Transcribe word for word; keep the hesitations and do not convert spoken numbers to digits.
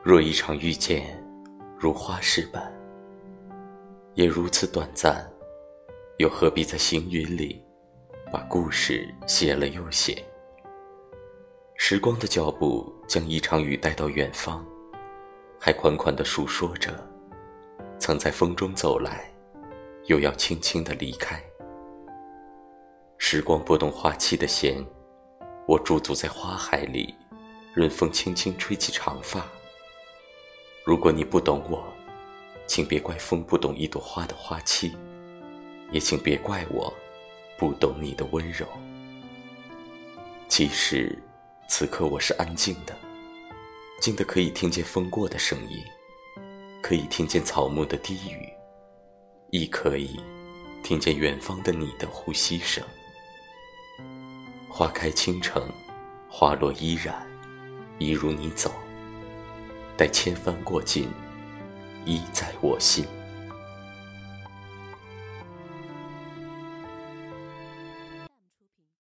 若一场遇见如花似般，也如此短暂，又何必在行云里把故事写了又写？时光的脚步将一场雨带到远方，还款款地述说着曾在风中走来，又要轻轻地离开。时光拨动花期的弦，我驻足在花海里，任风轻轻吹起长发。如果你不懂我，请别怪风不懂一朵花的花期，也请别怪我不懂你的温柔。其实此刻我是安静的，静得可以听见风过的声音，可以听见草木的低语，亦可以听见远方的你的呼吸声。花开倾城，花落依然，一如你走，待千帆过尽，依在我心。